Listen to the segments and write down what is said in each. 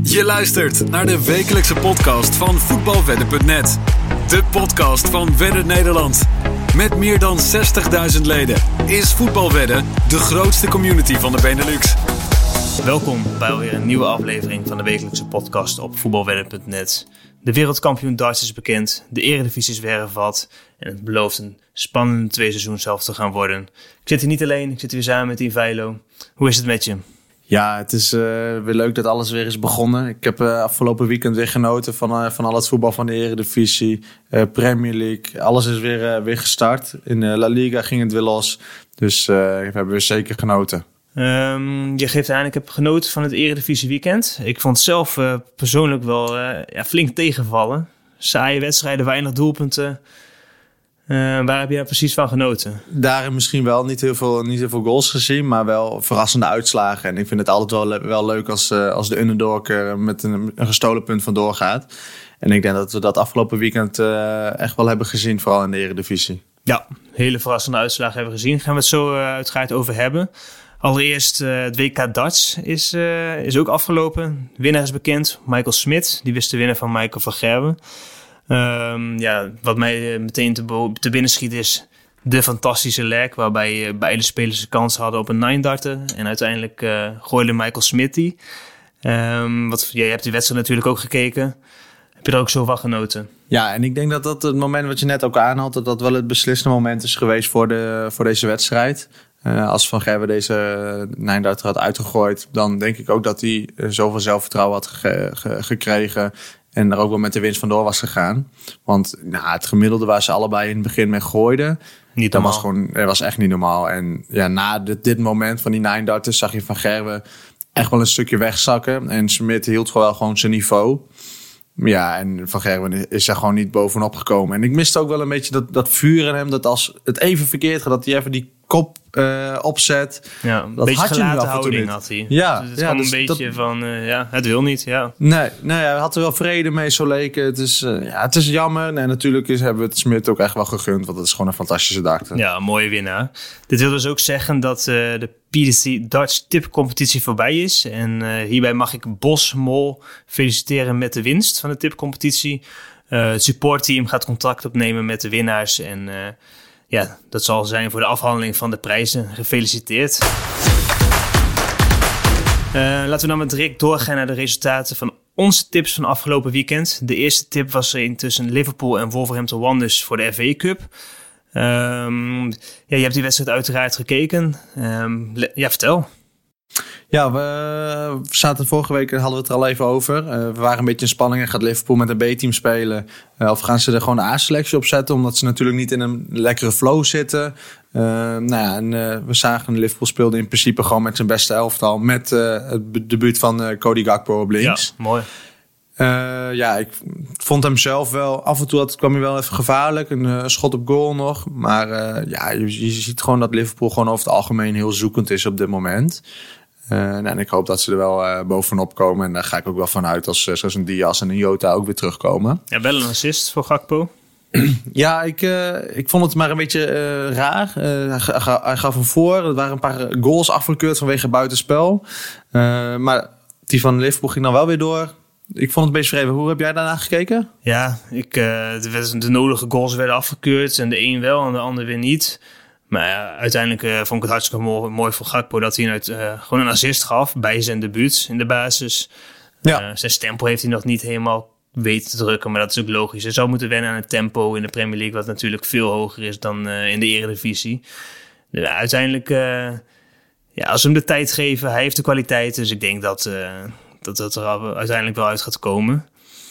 Je luistert naar de wekelijkse podcast van voetbalwedden.net. De podcast van Wedden Nederland. Met meer dan 60.000 leden is Voetbalwedden de grootste community van de Benelux. Welkom bij alweer een nieuwe aflevering van de wekelijkse podcast op voetbalwedden.net. De wereldkampioen darts is bekend, de eredivisie is weer hervat en het belooft een spannende 2 seizoen zelf te gaan worden. Ik zit hier niet alleen, ik zit weer samen met Tien Vijlo. Hoe is het met je? Ja, het is weer leuk dat alles weer is begonnen. Ik heb afgelopen weekend weer genoten van al het voetbal van de Eredivisie, Premier League. Alles is weer gestart. In La Liga ging het weer los. Dus we hebben weer zeker genoten. Je geeft aan, ik heb genoten van het Eredivisie weekend. Ik vond het zelf persoonlijk wel flink tegenvallen. Saaie wedstrijden, weinig doelpunten. Waar heb je daar precies van genoten? Daarin misschien wel niet heel veel goals gezien, maar wel verrassende uitslagen. En ik vind het altijd wel leuk als de underdog met een gestolen punt vandoor gaat. En ik denk dat we dat afgelopen weekend echt wel hebben gezien, vooral in de Eredivisie. Ja, hele verrassende uitslagen hebben we gezien. Gaan we het zo uitgebreid over hebben. Allereerst het WK darts is ook afgelopen. Winnaar is bekend, Michael Smit. Die wist te winnen van Michael van Gerwen. Wat mij meteen te binnen schiet is de fantastische leg, waarbij beide spelers de kans hadden op een 9-darten. En uiteindelijk gooide Michael Smit die. Je hebt die wedstrijd natuurlijk ook gekeken. Heb je er ook zo van genoten? Ja, en ik denk dat het moment wat je net ook aanhaalt, dat wel het beslissende moment is geweest voor deze wedstrijd. Als Van Gerwen deze 9-darter had uitgegooid, dan denk ik ook dat hij zoveel zelfvertrouwen had gekregen. En er ook wel met de winst vandoor was gegaan. Want het gemiddelde waar ze allebei in het begin mee gooiden, dat was echt niet normaal. En ja, na dit moment van die 9-darters zag je Van Gerwen echt wel een stukje wegzakken. En Smit hield gewoon zijn niveau. Ja, en Van Gerwen is er gewoon niet bovenop gekomen. En ik miste ook wel een beetje dat vuur in hem. Dat als het even verkeerd gaat, dat hij even die kop opzet. Ja, een beetje gelaten houding had hij. Ja, dus het kwam een beetje van, het wil niet. Ja. Nee, hij had er wel vrede mee, zo leek het. Het is jammer. En natuurlijk hebben we het Smit ook echt wel gegund. Want het is gewoon een fantastische darter. Ja, een mooie winnaar. Dit wil dus ook zeggen dat de PDC Darts tipcompetitie voorbij is. En hierbij mag ik Bos Mol feliciteren met de winst van de tipcompetitie. Het supportteam gaat contact opnemen met de winnaars. En dat zal zijn voor de afhandeling van de prijzen. Gefeliciteerd. Laten we dan met direct doorgaan naar de resultaten van onze tips van afgelopen weekend. De eerste tip was tussen Liverpool en Wolverhampton Wanderers voor de FA Cup. Je hebt die wedstrijd uiteraard gekeken. Vertel. Ja, we zaten vorige week, hadden we het er al even over. We waren een beetje in spanning. Gaat Liverpool met een B-team spelen? Of gaan ze er gewoon de A-selectie op zetten? Omdat ze natuurlijk niet in een lekkere flow zitten. We zagen Liverpool speelde in principe gewoon met zijn beste elftal. Met het debuut van Cody Gakpo op links. Ja, mooi. Ik vond hem zelf wel, af en toe kwam hij wel even gevaarlijk. Een schot op goal nog. Maar je ziet gewoon dat Liverpool gewoon over het algemeen heel zoekend is op dit moment. En ik hoop dat ze er wel bovenop komen. En daar ga ik ook wel van uit als zoals een Diaz en een Jota ook weer terugkomen. Ja, wel een assist voor Gakpo. Ja, ik vond het maar een beetje raar. Hij gaf hem voor. Er waren een paar goals afgekeurd vanwege buitenspel. Maar die van Liverpool ging dan wel weer door. Ik vond het een beetje vreemd. Hoe heb jij daarna gekeken? Ja, de nodige goals werden afgekeurd. En de een wel en de ander weer niet. Maar uiteindelijk vond ik het hartstikke mooi voor Gakpo dat hij gewoon een assist gaf bij zijn debuut in de basis. Ja. Zijn tempo heeft hij nog niet helemaal weten te drukken, maar dat is ook logisch. Hij zou moeten wennen aan het tempo in de Premier League, wat natuurlijk veel hoger is dan in de Eredivisie. Uiteindelijk, als we hem de tijd geven, hij heeft de kwaliteit. Dus ik denk dat er uiteindelijk wel uit gaat komen.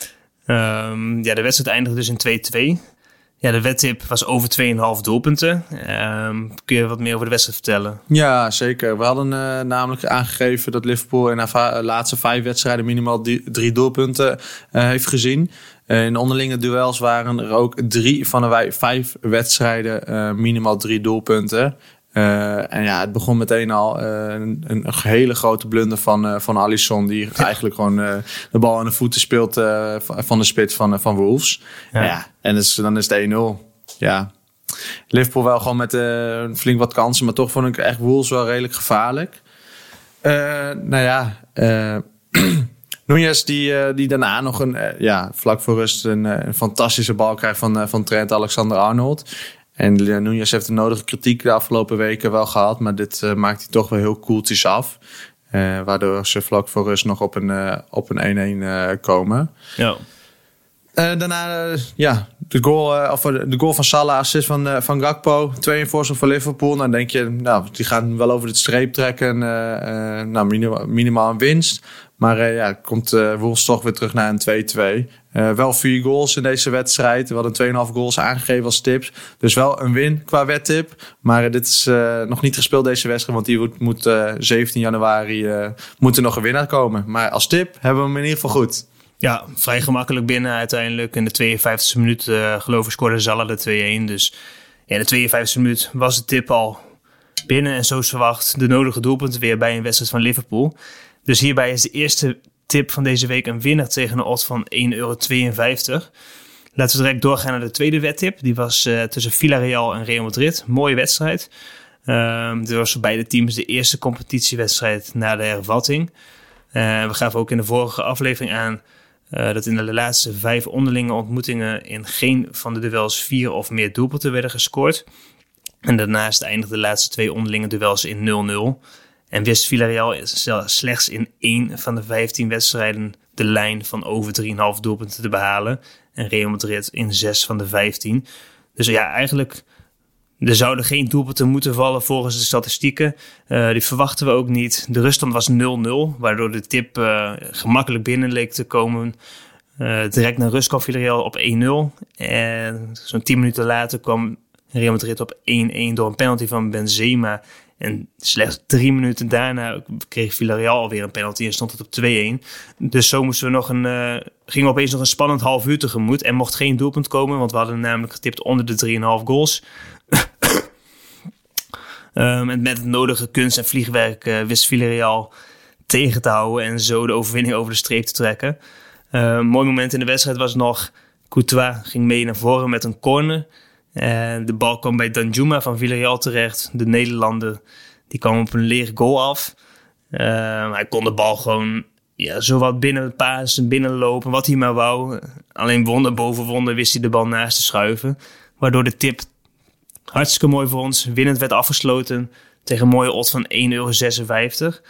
De wedstrijd eindigde dus in 2-2. Ja, de wedtip was over 2,5 doelpunten. Kun je wat meer over de wedstrijd vertellen? Ja, zeker. We hadden namelijk aangegeven dat Liverpool in haar laatste 5 wedstrijden minimaal 3 doelpunten heeft gezien. In de onderlinge duels waren er ook 3 van de 5 wedstrijden minimaal 3 doelpunten. Het begon meteen al een hele grote blunder van Alisson, die eigenlijk gewoon de bal aan de voeten speelt van de spits van Wolves. En dan is het 1-0. Ja. Liverpool wel gewoon met flink wat kansen, maar toch vond ik echt Wolves wel redelijk gevaarlijk. Núñez die daarna nog vlak voor rust een fantastische bal krijgt van Trent Alexander-Arnold. En Núñez heeft de nodige kritiek de afgelopen weken wel gehad. Maar dit maakt hij toch wel heel koeltjes af. Waardoor ze vlak voor rust nog op een 1-1 komen. Ja. Daarna de goal van Salah, assist van Gakpo. 2-1 voorsprong voor Liverpool. Dan denk je, die gaan wel over de streep trekken. Minimaal een winst. Maar komt Wolves toch weer terug naar een 2-2. Wel 4 goals in deze wedstrijd. We hadden 2,5 goals aangegeven als tips. Dus wel een win qua wedtip. Maar dit is nog niet gespeeld deze wedstrijd. Want die moet 17 januari moet er nog een winnaar komen. Maar als tip hebben we hem in ieder geval goed. Ja, vrij gemakkelijk binnen uiteindelijk. In de 52e minuut geloof ik scoorde Salah de 2-1. Dus in de 52e minuut was de tip al binnen. En zoals verwacht de nodige doelpunten weer bij een wedstrijd van Liverpool. Dus hierbij is de eerste tip van deze week een winnaar tegen een odds van €1,52. Laten we direct doorgaan naar de tweede wedtip. Die was tussen Villarreal en Real Madrid. Mooie wedstrijd. Dit was voor beide teams de eerste competitiewedstrijd na de hervatting. We gaven ook in de vorige aflevering aan dat in de laatste 5 onderlinge ontmoetingen in geen van de duels 4 of meer doelpunten werden gescoord. En daarnaast eindigden de laatste 2 onderlinge duels in 0-0. En wist Villarreal slechts in 1 van de 15 wedstrijden de lijn van over 3,5 doelpunten te behalen. En Real Madrid in 6 van de 15. Dus ja, eigenlijk er zouden geen doelpunten moeten vallen volgens de statistieken. Die verwachten we ook niet. De ruststand was 0-0, waardoor de tip gemakkelijk binnen leek te komen. Direct naar rust kwam Villarreal op 1-0. En zo'n 10 minuten later kwam Real Madrid op 1-1 door een penalty van Benzema. En slechts 3 minuten daarna kreeg Villarreal alweer een penalty en stond het op 2-1. Dus zo moesten we gingen we opeens nog een spannend half uur tegemoet. En mocht geen doelpunt komen, want we hadden namelijk getipt onder de 3,5 goals. En met het nodige kunst en vliegwerk wist Villarreal tegen te houden en zo de overwinning over de streep te trekken. Een mooi moment in de wedstrijd was nog, Courtois ging mee naar voren met een corner. De bal kwam bij Danjuma van Villarreal terecht. De Nederlander die kwam op een lege goal af. Hij kon de bal gewoon zowat binnenpassen, binnenlopen, wat hij maar wou. Alleen wonder boven wonder wist hij de bal naast te schuiven. Waardoor de tip hartstikke mooi voor ons winnend werd afgesloten tegen een mooie odds van €1,56.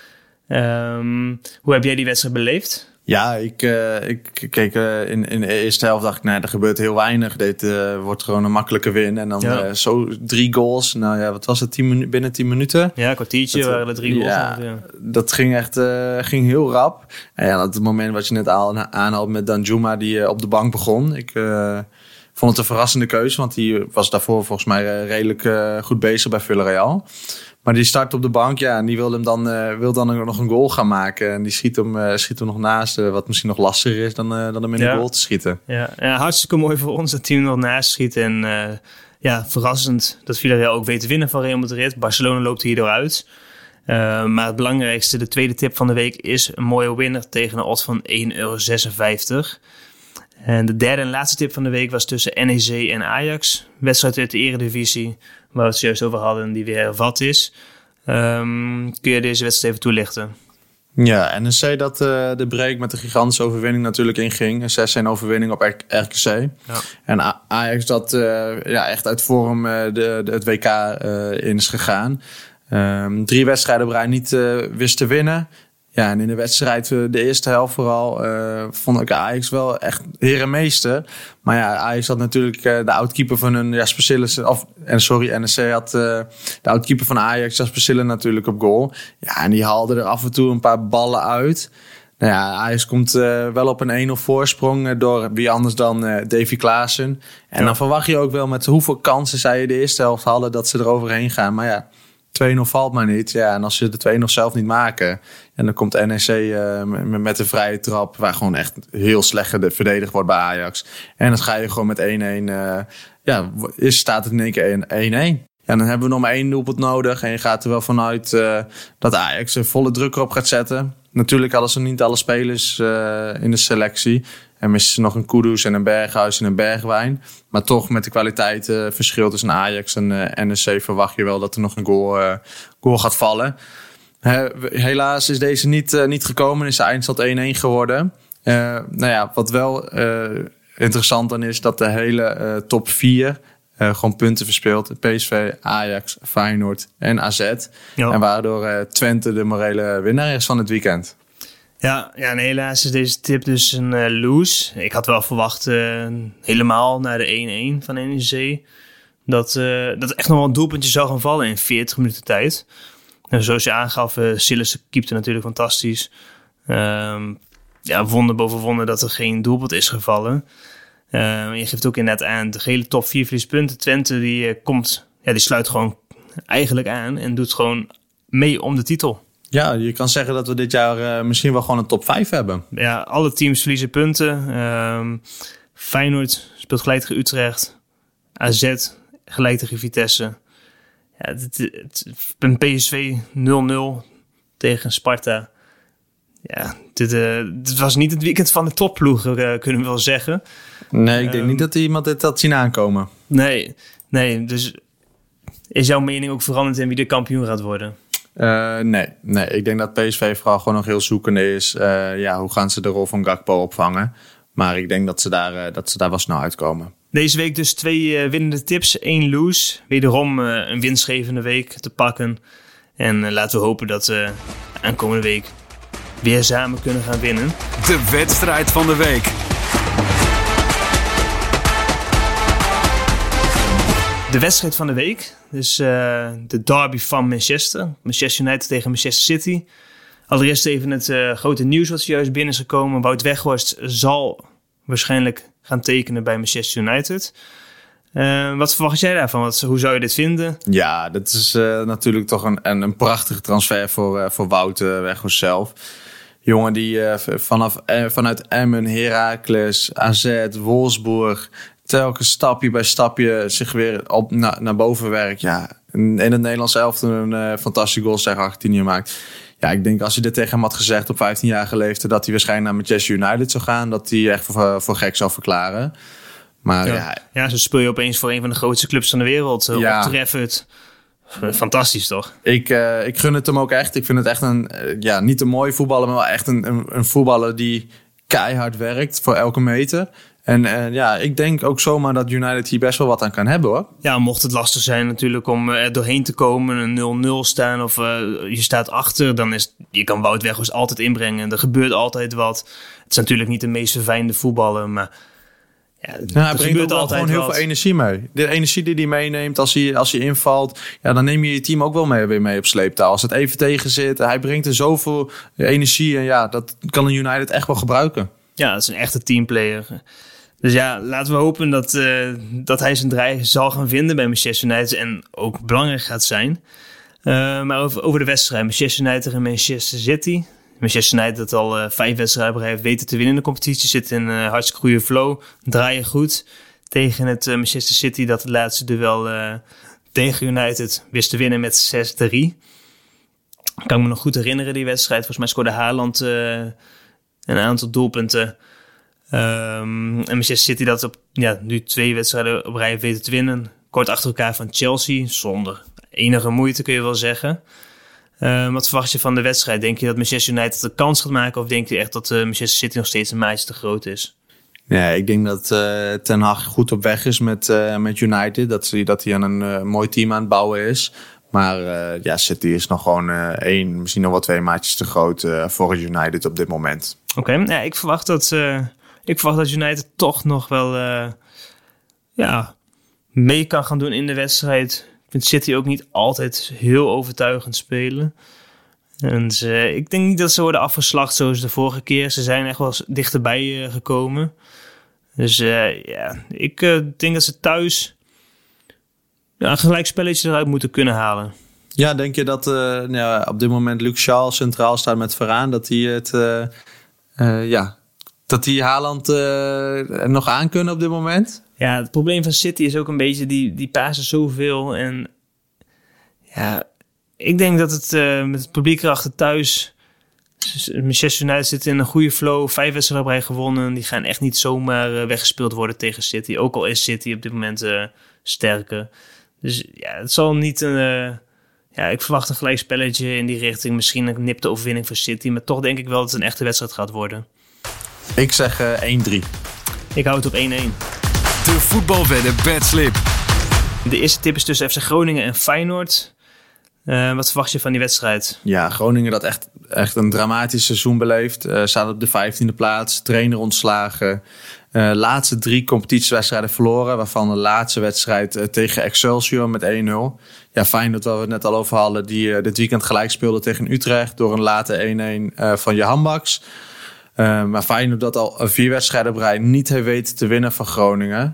Hoe heb jij die wedstrijd beleefd? Ja, ik keek in de eerste helft, dacht ik, er gebeurt heel weinig. Dit wordt gewoon een makkelijke win. En dan zo 3 goals. Nou ja, wat was het? Binnen 10 minuten? Ja, een kwartiertje waren er 3 goals. Ja, dat ging echt ging heel rap. En ja, dat het moment wat je net aanhaalt met Danjuma die op de bank begon. Ik vond het een verrassende keuze, want die was daarvoor volgens mij redelijk goed bezig bij Villarreal. Maar die start op de bank, en die wil dan nog een goal gaan maken. En die schiet hem nog naast, wat misschien nog lastiger is dan hem in de goal te schieten. Ja, hartstikke mooi voor ons dat hij hem nog naast schiet. En verrassend dat Villarreal ook weet te winnen van Real Madrid. Barcelona loopt hierdoor uit. Maar het belangrijkste, de tweede tip van de week, is een mooie winnaar tegen een odds van €1,56. En de derde en laatste tip van de week was tussen NEC en Ajax. Wedstrijd uit de Eredivisie, waar we het juist over hadden, die weer hervat is. Kun je deze wedstrijd even toelichten? Ja, NEC dat de break met de gigantische overwinning natuurlijk inging. Een 6-1 overwinning op RKC. Ja. En Ajax dat echt uit vorm het WK in is gegaan. 3 wedstrijden op rij niet wist te winnen. Ja, en in de wedstrijd, de eerste helft vooral, vond ik Ajax wel echt herenmeester. Maar ja, Ajax had natuurlijk de oudkeeper van hun NEC had de oudkeeper van Ajax, Jasper Sillen, natuurlijk op goal. Ja, en die haalde er af en toe een paar ballen uit. Nou ja, Ajax komt wel op een 1-0 voorsprong door wie anders dan Davy Klaassen. En dan verwacht je ook wel met hoeveel kansen zij de eerste helft hadden dat ze er overheen gaan. Maar ja, 2-0 valt maar niet. Ja, en als ze de 2-0 zelf niet maken, en dan komt NEC met een vrije trap, waar gewoon echt heel slecht verdedigd wordt bij Ajax. En dan ga je gewoon met 1-1. Staat het in één keer 1-1. Ja, dan hebben we nog maar 1 doelpunt nodig. En je gaat er wel vanuit dat Ajax er volle druk erop gaat zetten. Natuurlijk hadden ze niet alle spelers in de selectie. En missen ze nog een Kudus en een Berghuis en een Bergwijn. Maar toch met de kwaliteitsverschil tussen Ajax en NEC verwacht je wel dat er nog een goal gaat vallen. Helaas is deze niet gekomen. Is de eindstand 1-1 geworden. Wat wel interessant dan is dat de hele top 4 gewoon punten verspeelt. PSV, Ajax, Feyenoord en AZ. Ja. En waardoor Twente de morele winnaar is van het weekend. Ja, en helaas is deze tip dus een lose. Ik had wel verwacht helemaal naar de 1-1 van NEC... dat echt nog wel een doelpuntje zou gaan vallen in 40 minuten tijd. En zoals je aangaf, Sillissen keepte natuurlijk fantastisch. Wonder boven wonder dat er geen doelpunt is gevallen. Je geeft ook inderdaad aan, de hele top 4 verliespunten. Twente die sluit gewoon eigenlijk aan en doet gewoon mee om de titel. Ja, je kan zeggen dat we dit jaar misschien wel gewoon een top 5 hebben. Ja, alle teams verliezen punten. Feyenoord speelt gelijk tegen Utrecht. AZ gelijk tegen Vitesse. Ja, een PSV 0-0 tegen Sparta. Ja, dit was niet het weekend van de topploegen, kunnen we wel zeggen. Nee, ik denk niet dat iemand dit had zien aankomen. Nee, dus is jouw mening ook veranderd in wie de kampioen gaat worden? Nee, ik denk dat PSV vooral gewoon nog heel zoekende is. Hoe gaan ze de rol van Gakpo opvangen? Maar ik denk dat ze daar wel snel uitkomen. Deze week dus 2 winnende tips, 1 lose. Wederom een winstgevende week te pakken. En laten we hopen dat we aankomende week weer samen kunnen gaan winnen. De wedstrijd van de week. De wedstrijd van de week. Dus de derby van Manchester. Manchester United tegen Manchester City. Allereerst even het grote nieuws wat zojuist binnen is gekomen. Wout Weghorst zal waarschijnlijk gaan tekenen bij Manchester United. Wat verwacht jij daarvan? Hoe zou je dit vinden? Ja, dat is natuurlijk toch een prachtige transfer voor Wout Weghorst zelf. Jongen die vanuit Emmen, Heracles, AZ, Wolfsburg telkens stapje bij stapje zich weer naar boven werkt. Ja, in het Nederlands elftal een fantastische goal tegen Argentinië maakt. Ja, ik denk als hij dit tegen hem had gezegd op 15-jarige leeftijd dat hij waarschijnlijk naar Manchester United zou gaan, dat hij echt voor gek zou verklaren. Maar ja, zo speel je opeens voor een van de grootste clubs van de wereld. Old Trafford. Fantastisch, toch? Ik gun het hem ook echt. Ik vind het echt niet een mooie voetballer, maar wel echt een voetballer die keihard werkt voor elke meter. En ik denk ook zomaar dat United hier best wel wat aan kan hebben, hoor. Ja, mocht het lastig zijn natuurlijk om er doorheen te komen, een 0-0 staan of je staat achter, dan je kan Wout Weghorst altijd inbrengen. Er gebeurt altijd wat. Het is natuurlijk niet de meest verfijnde voetballer, maar hij brengt ook wel gewoon heel veel energie mee. De energie die hij meeneemt als hij invalt, dan neem je team ook wel weer mee op sleeptouw. Als het even tegen zit, hij brengt er zoveel energie en dat kan een United echt wel gebruiken. Ja, dat is een echte teamplayer. Dus laten we hopen dat hij zijn draai zal gaan vinden bij Manchester United en ook belangrijk gaat zijn. Maar over de wedstrijd. Manchester United tegen Manchester City. Manchester United dat al 5 wedstrijden heeft weten te winnen in de competitie. Zit in een hartstikke goede flow. Draaien goed tegen het Manchester City dat het laatste duel tegen United wist te winnen met 6-3. Kan me nog goed herinneren die wedstrijd. Volgens mij scoorde Haaland een aantal doelpunten. En Manchester City dat nu 2 wedstrijden op rij heeft weten te winnen. Kort achter elkaar van Chelsea. Zonder enige moeite kun je wel zeggen. Wat verwacht je van de wedstrijd? Denk je dat Manchester United de kans gaat maken? Of denk je echt dat Manchester City nog steeds een maatje te groot is? Nee, ik denk dat Ten Hag goed op weg is met United. Dat hij aan een mooi team aan het bouwen is. Maar City is nog gewoon 1, misschien nog wel 2 maatjes te groot voor United op dit moment. Oké, ik verwacht dat United toch nog wel mee kan gaan doen in de wedstrijd. Ik vind City ook niet altijd heel overtuigend spelen. En ik denk niet dat ze worden afgeslacht zoals de vorige keer. Ze zijn echt wel dichterbij gekomen. Dus ik denk dat ze thuis een gelijkspelletje eruit moeten kunnen halen. Ja, denk je dat op dit moment Luc Shaw centraal staat met Varaan, dat hij dat die Haaland nog aan kunnen op dit moment? Ja, het probleem van City is ook een beetje die pasen zoveel. En ik denk dat het met het publiek erachter thuis, Manchester United zit in een goede flow, 5 wedstrijden op rij gewonnen. Die gaan echt niet zomaar weggespeeld worden tegen City. Ook al is City op dit moment sterker. Dus het zal niet Ja, ik verwacht een gelijkspelletje in die richting. Misschien een nipte overwinning voor City. Maar toch denk ik wel dat het een echte wedstrijd gaat worden. Ik zeg 1-3. Ik hou het op 1-1. De voetbalwedden bedslip. De eerste tip is tussen FC Groningen en Feyenoord. Wat verwacht je van die wedstrijd? Ja, Groningen dat echt een dramatisch seizoen beleeft. Staat op de 15e plaats. Trainer ontslagen. Laatste 3 competitiewedstrijden verloren. Waarvan de laatste wedstrijd tegen Excelsior met 1-0. Ja, Feyenoord, waar we het net al over hadden. Die dit weekend gelijk speelde tegen Utrecht. Door een late 1-1 van Johan Baks. Maar Feyenoord dat al 4 wedstrijden op rij niet heeft weten te winnen van Groningen.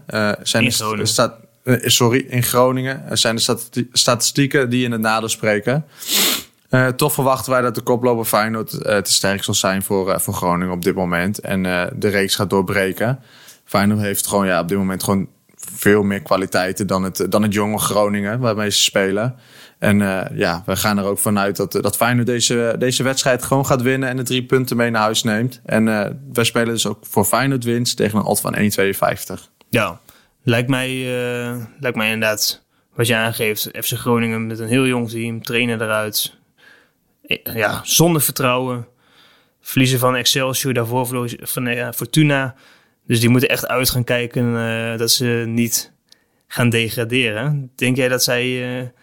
In Groningen zijn de statistieken die in het nadeel spreken. Toch verwachten wij dat de koploper Feyenoord te sterk zal zijn voor Groningen op dit moment. En de reeks gaat doorbreken. Feyenoord heeft gewoon op dit moment gewoon veel meer kwaliteiten dan het jonge Groningen waarmee ze spelen. En we gaan er ook vanuit dat Feyenoord deze wedstrijd gewoon gaat winnen en de 3 punten mee naar huis neemt. En wij spelen dus ook voor Feyenoord winst tegen een odd van 1,52. Ja, lijkt mij inderdaad wat je aangeeft. FC Groningen met een heel jong team, trainer eruit. Ja, zonder vertrouwen. Verliezen van Excelsior, daarvoor van Fortuna. Dus die moeten echt uit gaan kijken dat ze niet gaan degraderen. Denk jij dat zij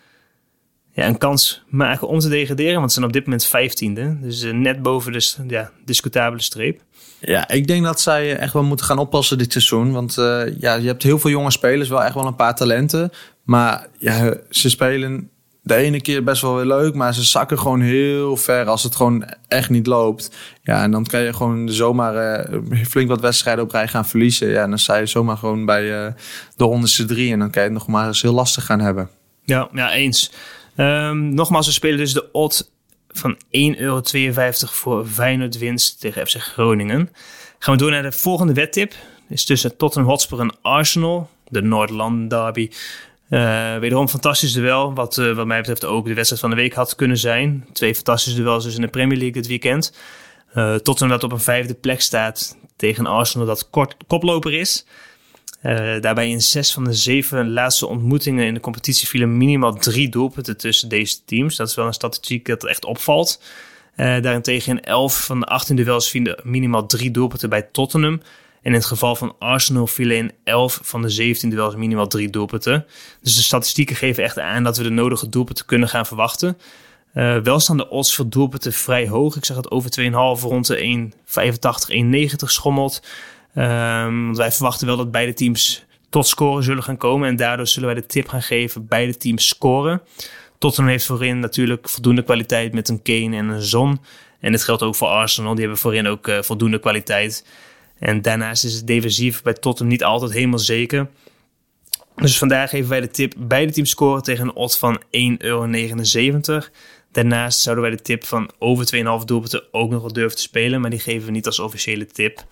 een kans maken om te degraderen? Want ze zijn op dit moment 15e. Dus net boven de discutabele streep. Ja, ik denk dat zij echt wel moeten gaan oppassen dit seizoen. Want je hebt heel veel jonge spelers, wel echt wel een paar talenten. Maar ze spelen de ene keer best wel weer leuk, maar ze zakken gewoon heel ver als het gewoon echt niet loopt. Ja, en dan kan je gewoon zomaar flink wat wedstrijden op rij gaan verliezen. Ja, en dan sta je zomaar gewoon bij de onderste 3 en dan kan je het nog maar eens heel lastig gaan hebben. Ja, eens. Nogmaals, we spelen dus de odd van €1,52 voor Feyenoord winst tegen FC Groningen. Gaan we door naar de volgende wedtip. Is tussen Tottenham Hotspur en Arsenal, de Noord-London derby. Wederom fantastisch duel, wat mij betreft ook de wedstrijd van de week had kunnen zijn. 2 fantastische duels dus in de Premier League dit weekend. Tottenham dat op een 5e plek staat tegen Arsenal dat koploper is. Daarbij in 6 van de 7 laatste ontmoetingen in de competitie vielen minimaal 3 doelpunten tussen deze teams. Dat is wel een statistiek dat echt opvalt. Daarentegen in 11 van de 18 duels vielen minimaal 3 doelpunten bij Tottenham. En in het geval van Arsenal vielen in 11 van de 17 duels minimaal 3 doelpunten. Dus de statistieken geven echt aan dat we de nodige doelpunten kunnen gaan verwachten. Wel staan de odds voor doelpunten vrij hoog. Ik zag het over 2,5 rond de 1,85, 1,90 schommelt. Want wij verwachten wel dat beide teams tot scoren zullen gaan komen. En daardoor zullen wij de tip gaan geven, beide teams scoren. Tottenham heeft voorin natuurlijk voldoende kwaliteit met een Kane en een Son. En dit geldt ook voor Arsenal. Die hebben voorin ook voldoende kwaliteit. En daarnaast is het defensief bij Tottenham niet altijd helemaal zeker. Dus vandaag geven wij de tip, beide teams scoren tegen een odd van €1,79. Daarnaast zouden wij de tip van over 2,5 doelpunten ook nog wel durven te spelen. Maar die geven we niet als officiële tip.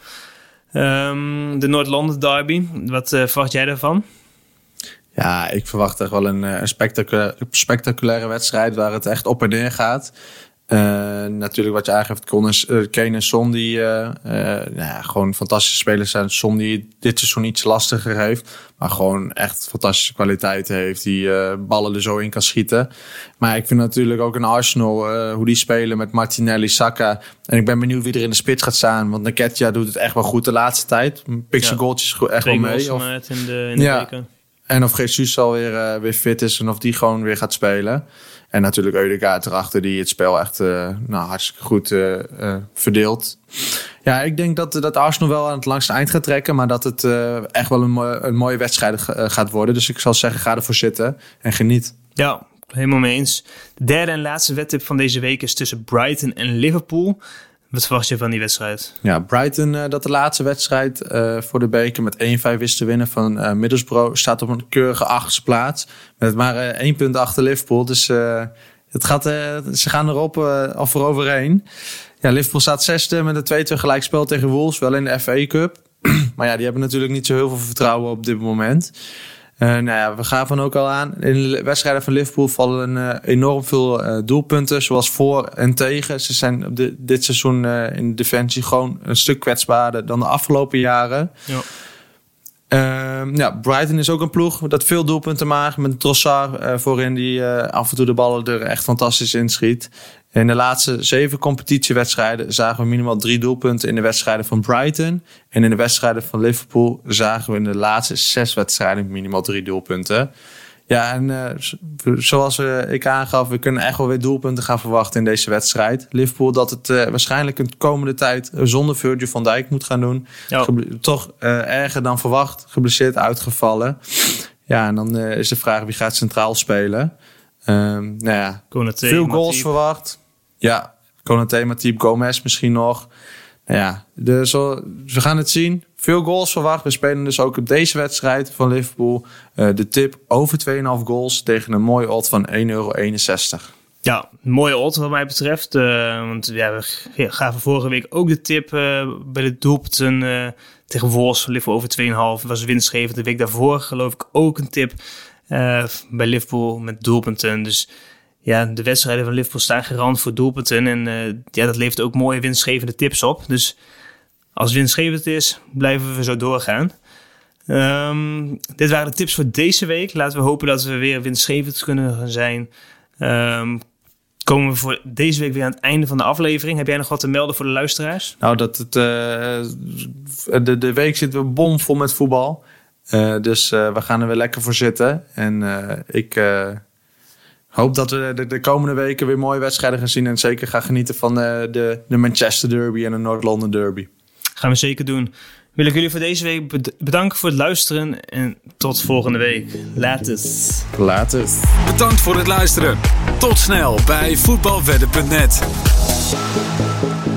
De Noord-London derby, wat verwacht jij daarvan? Ja, ik verwacht echt wel een spectaculaire wedstrijd waar het echt op en neer gaat. Natuurlijk wat je aangeeft, Kane en Son die gewoon fantastische spelers zijn. Son die dit seizoen iets lastiger heeft, maar gewoon echt fantastische kwaliteiten heeft. Die ballen er zo in kan schieten. Maar ik vind natuurlijk ook een Arsenal, hoe die spelen met Martinelli, Saka. En ik ben benieuwd wie er in de spits gaat staan. Want Nketiah doet het echt wel goed de laatste tijd. Pikt zijn goaltjes echt wel mee. In de weken. En of Jesus alweer fit is en of die gewoon weer gaat spelen. En natuurlijk Ødegaard erachter die het spel echt hartstikke goed verdeelt. Ja, ik denk dat Arsenal wel aan het langste eind gaat trekken. Maar dat het echt wel een mooie wedstrijd gaat worden. Dus ik zal zeggen, ga ervoor zitten en geniet. Ja, helemaal mee eens. De derde en laatste wedtip van deze week is tussen Brighton en Liverpool. Wat verwacht je van die wedstrijd? Ja, Brighton, dat de laatste wedstrijd voor de beker met 1-5 wist te winnen van Middlesbrough, staat op een keurige 8e plaats. Met maar 1 punt achter Liverpool. Dus ze gaan erop al voor overheen. Ja, Liverpool staat 6e met een 2-2 gelijkspel tegen Wolves, wel in de FA Cup. Maar ja, die hebben natuurlijk niet zo heel veel vertrouwen op dit moment. We gaven ook al aan. In de wedstrijden van Liverpool vallen enorm veel doelpunten, zoals voor en tegen. Ze zijn dit seizoen in de defensie gewoon een stuk kwetsbaarder dan de afgelopen jaren. Ja. Brighton is ook een ploeg dat veel doelpunten maakt. Met Trossard voorin die af en toe de ballen er echt fantastisch inschiet. In de laatste 7 competitiewedstrijden zagen we minimaal 3 doelpunten in de wedstrijden van Brighton. En in de wedstrijden van Liverpool zagen we in de laatste 6 wedstrijden minimaal 3 doelpunten. Ja, en zoals ik aangaf, we kunnen echt wel weer doelpunten gaan verwachten in deze wedstrijd. Liverpool dat het waarschijnlijk de komende tijd zonder Virgil van Dijk moet gaan doen. Ja. Toch erger dan verwacht, geblesseerd uitgevallen. Ja, en dan is de vraag wie gaat centraal spelen. Konaté, veel goals Matip. verwacht. Ja, Konaté, Matip, Gomez misschien nog. We gaan het zien. Veel goals verwacht. We spelen dus ook op deze wedstrijd van Liverpool de tip over 2,5 goals tegen een mooie odd van €1,61. Ja, een mooie odd wat mij betreft. Want we gaven vorige week ook de tip bij de doelpunten tegen Wolves van Liverpool over 2,5. Was winstgevend. De week daarvoor geloof ik ook een tip bij Liverpool met doelpunten. Dus ja, de wedstrijden van Liverpool staan garant voor doelpunten. En dat levert ook mooie winstgevende tips op. Dus als het winstgevend is, blijven we zo doorgaan. Dit waren de tips voor deze week. Laten we hopen dat we weer winstgevend kunnen zijn. Komen we voor deze week weer aan het einde van de aflevering. Heb jij nog wat te melden voor de luisteraars? Nou, de week zit weer bomvol met voetbal. Dus we gaan er weer lekker voor zitten. En ik hoop dat we de komende weken weer mooie wedstrijden gaan zien. En zeker gaan genieten van de Manchester Derby en de Noord-Londen Derby. Gaan we zeker doen. Wil ik jullie voor deze week bedanken voor het luisteren. En tot volgende week. Later. Bedankt voor het luisteren. Tot snel bij voetbalwedden.net.